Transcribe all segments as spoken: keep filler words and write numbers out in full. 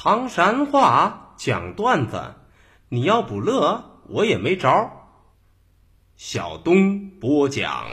唐山话讲段子，你要不乐，我也没招。小东播讲。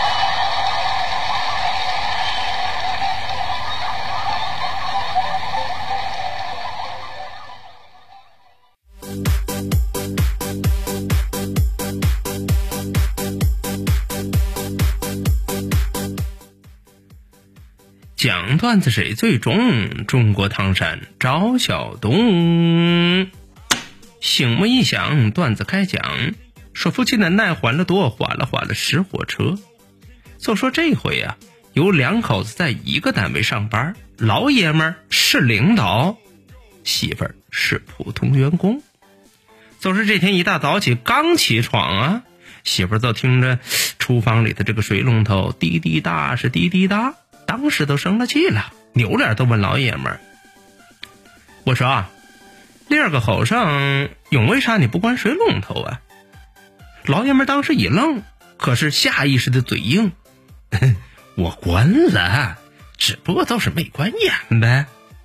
讲段子谁最重？中国唐山赵小东。醒目一响，段子开讲。说父亲的奶还了多，花了花了十火车。就说这回啊，有两口子在一个单位上班，老爷们儿是领导，媳妇儿是普通员工。就是这天一大早起刚起床啊，媳妇儿就听着厨房里的这个水龙头滴滴答是滴滴答，当时都生了气了，扭脸都问老爷们儿：“我说啊，第二个后生用为啥你不关水龙头啊？”老爷们儿当时一愣，可是下意识的嘴硬：“我关了，只不过倒是没关严呗。”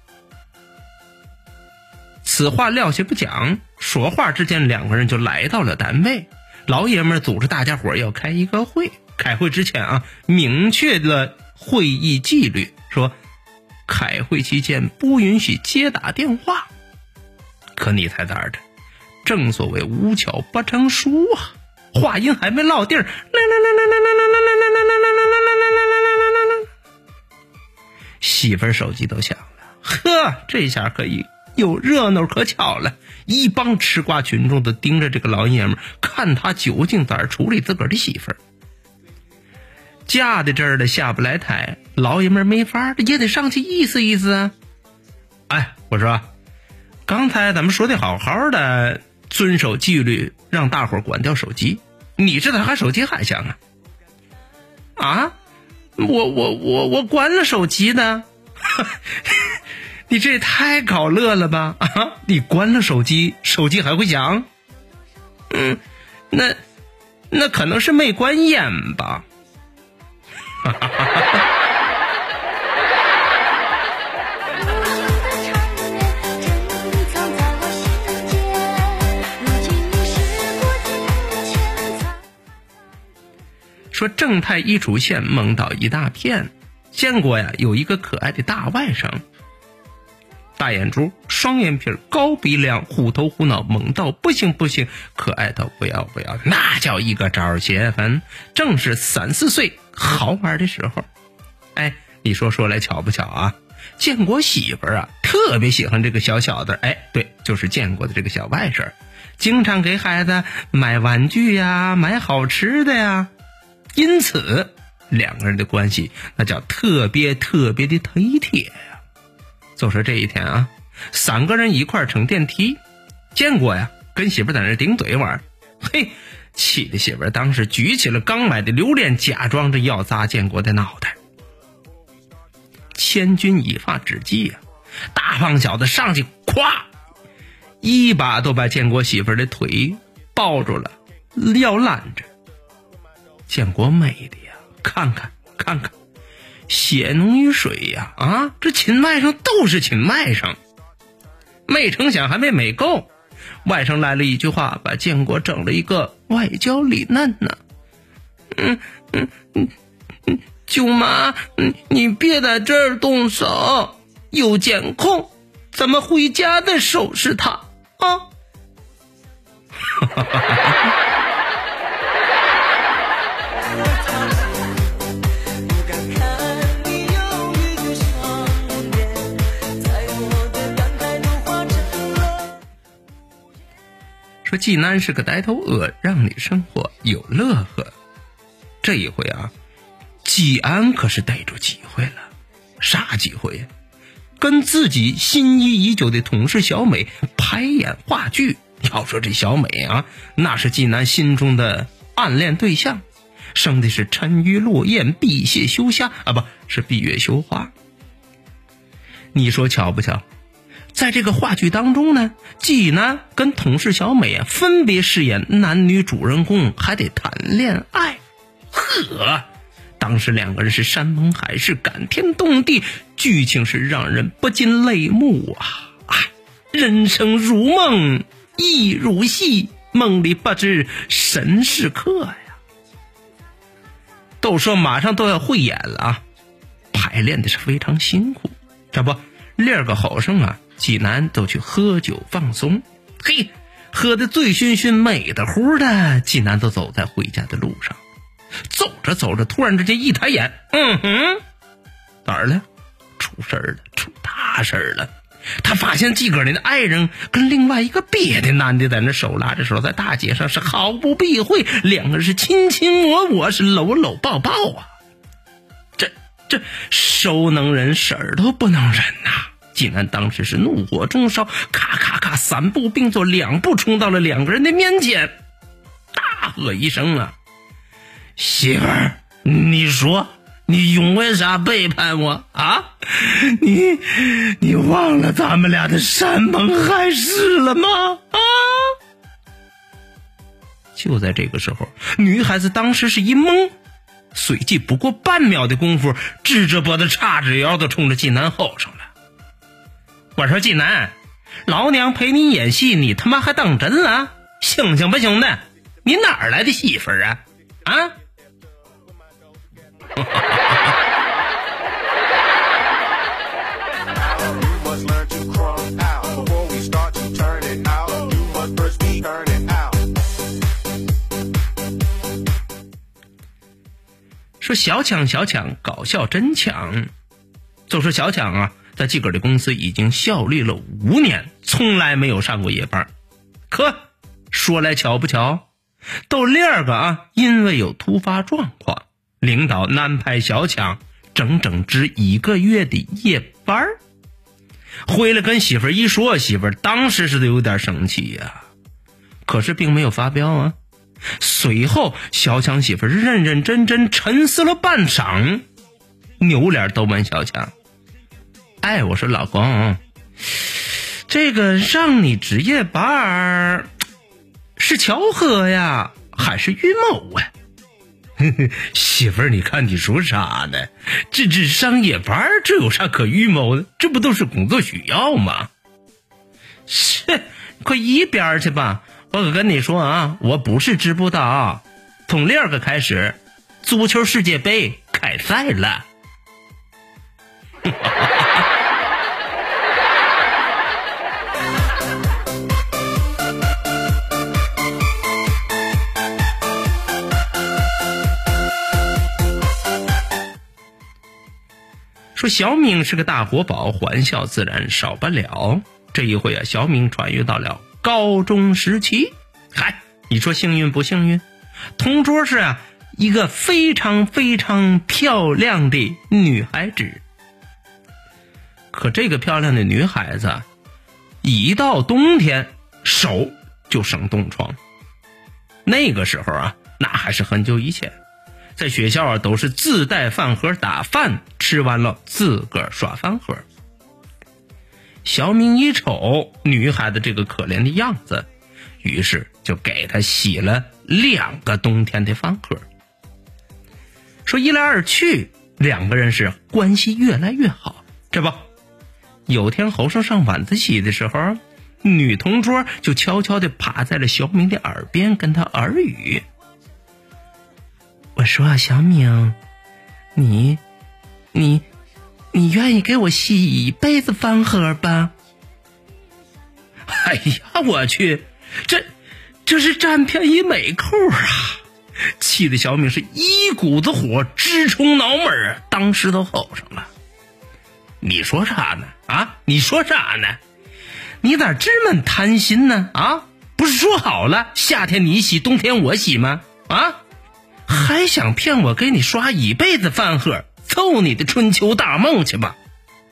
此话撂下不讲，说话之间两个人就来到了单位。老爷们儿组织大家伙要开一个会，开会之前啊，明确了会议纪律，说开会期间不允许接打电话。可你猜咋的？正所谓无巧不成书啊，话音还没落地儿，媳妇儿手机都响了，呵，这下可以有热闹可瞧了。一帮吃瓜群众都盯着这个老爷们，看他究竟咋处理自个儿的媳妇儿。嫁在这儿的下不来台，老爷们没法也得上去意思意思啊。哎，我说刚才咱们说的好好的，遵守纪律，让大伙关掉手机，你这咋还手机还响啊？啊，我我我我关了手机呢。你这也太搞乐了吧啊！你关了手机，手机还会响？嗯，那那可能是没关严吧。说正太一出现，梦到一大片。见过呀，有一个可爱的大外甥，大眼珠，双眼皮，高鼻梁，虎头虎脑，萌到不行不行，可爱到不要不要，那叫一个招泄愤。正是三四岁好玩的时候。哎，你说说来巧不巧啊？建国媳妇儿啊，特别喜欢这个小小的，哎，对，就是建国的这个小外甥，经常给孩子买玩具呀，买好吃的呀，因此两个人的关系那叫特别特别的体贴呀。就说这一天啊，三个人一块乘电梯，建国呀跟媳妇在那顶嘴玩，嘿，气的媳妇当时举起了刚买的榴莲，假装着要砸建国的脑袋。千钧一发之际啊，大胖小子上去咵一把都把建国媳妇的腿抱住了，要拦着。建国美的呀，看看看看，血浓于水呀！啊，这亲外甥都是亲外甥，没成想还没美够，外甥来了一句话，把建国整了一个外焦里嫩呢。嗯嗯嗯嗯，舅妈，嗯，你别在这儿动手，有监控，咱们回家再收拾他啊！哈哈哈哈。说济南是个呆头鹅，让你生活有乐呵。这一回啊，济安可是逮住机会了。啥机会呀？跟自己心仪已久的同事小美排演话剧。要说这小美啊，那是济南心中的暗恋对象，生的是沉鱼落雁，闭月羞花啊，不是闭月羞花。你说巧不巧？在这个话剧当中呢，济南跟同事小美啊分别饰演男女主人公，还得谈恋爱。呵，当时两个人是山盟海誓，感天动地，剧情是让人不禁泪目啊！哎， 人生如梦，亦如戏，梦里不知身是客呀。都说马上都要汇演了啊，排练的是非常辛苦。这不，另个后生啊，济南都去喝酒放松，嘿，喝得醉醺醺美得乎的，济南都走在回家的路上。走着走着，突然之间一抬眼，嗯哼，哪儿了？出事儿了，出大事儿了！他发现自个儿的爱人跟另外一个别的男的在那手拉着手，在大街上是毫不避讳，两个人是亲亲我我，是搂搂抱抱啊！这这手能忍，事儿都不能忍呐、啊！济南当时是怒火中烧，咔咔咔三步并作两步冲到了两个人的面前，大喝一声啊！媳妇儿，你说你因为啥背叛我啊？你你忘了咱们俩的山盟海誓了吗？啊！就在这个时候，女孩子当时是一懵，随即不过半秒的功夫，支着脖子叉着腰的冲着济南吼上了。我说济南，老娘陪你演戏，你他妈还当真了？醒醒吧兄弟，你哪儿来的媳妇儿啊？啊？说小强小强搞笑真强，就说小强啊，在自个儿的公司已经效力了五年，从来没有上过夜班。可说来巧不巧，都另个啊，因为有突发状况，领导安排小强整整值一个月的夜班。回来跟媳妇儿一说，媳妇儿当时是有点生气呀、啊，可是并没有发飙啊。随后小强媳妇儿认认真真沉思了半晌，扭脸都问小强：哎，我说老公，这个让你值夜班是巧合呀还是预谋啊？媳妇儿，你看你说啥呢？这这上夜班这有啥可预谋的？这不都是工作需要吗？是，快一边去吧！我可跟你说啊，我不是知不道，从另个开始，足球世界杯开赛了。说小敏是个大活宝，欢笑自然少不了。这一回啊，小敏穿越到了高中时期。嗨，你说幸运不幸运？同桌是啊一个非常非常漂亮的女孩子。可这个漂亮的女孩子，一到冬天手就生冻疮。那个时候啊，那还是很久以前。在学校啊，都是自带饭盒打饭，吃完了自个儿刷饭盒。小敏一瞅女孩子这个可怜的样子，于是就给她洗了两个冬天的饭盒。说一来二去，两个人是关系越来越好。这不，有天侯生上晚自习的时候，女同桌就悄悄地趴在了小敏的耳边，跟她耳语。我说啊，小敏，你你你愿意给我洗一辈子饭盒吧？哎呀，我去，这这是占便宜没扣啊！气得小敏是一股子火直冲脑门啊，当时都吼上了。你说啥呢？啊，你说啥呢？你咋这么贪心呢？啊，不是说好了夏天你洗冬天我洗吗？啊，还想骗我给你刷一辈子饭盒，凑你的春秋大梦去吧。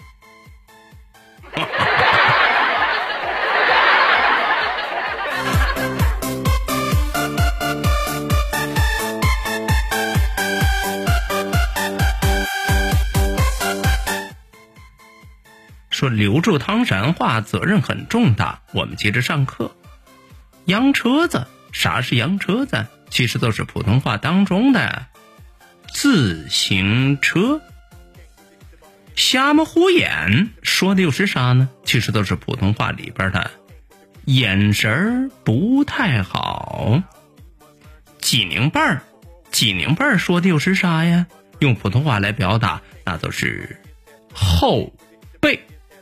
说留住唐山话责任很重大，我们接着上课。洋车子，啥是洋车子？其实都是普通话当中的自行车。 瞎么虎眼说的又是啥呢？其实都是普通话里边的眼神儿不太好。鸡拧巴儿，鸡拧巴儿说的又是啥呀？用普通话来表达，那都是后背。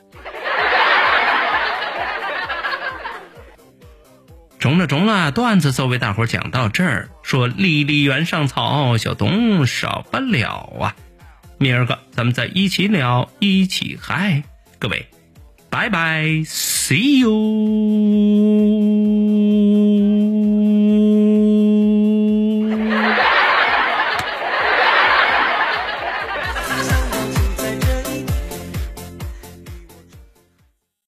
中了中了，段子就为大伙讲到这儿。说离离原上草，小东少不了啊。明儿个咱们再一起聊，一起嗨，各位，拜拜 ，see you。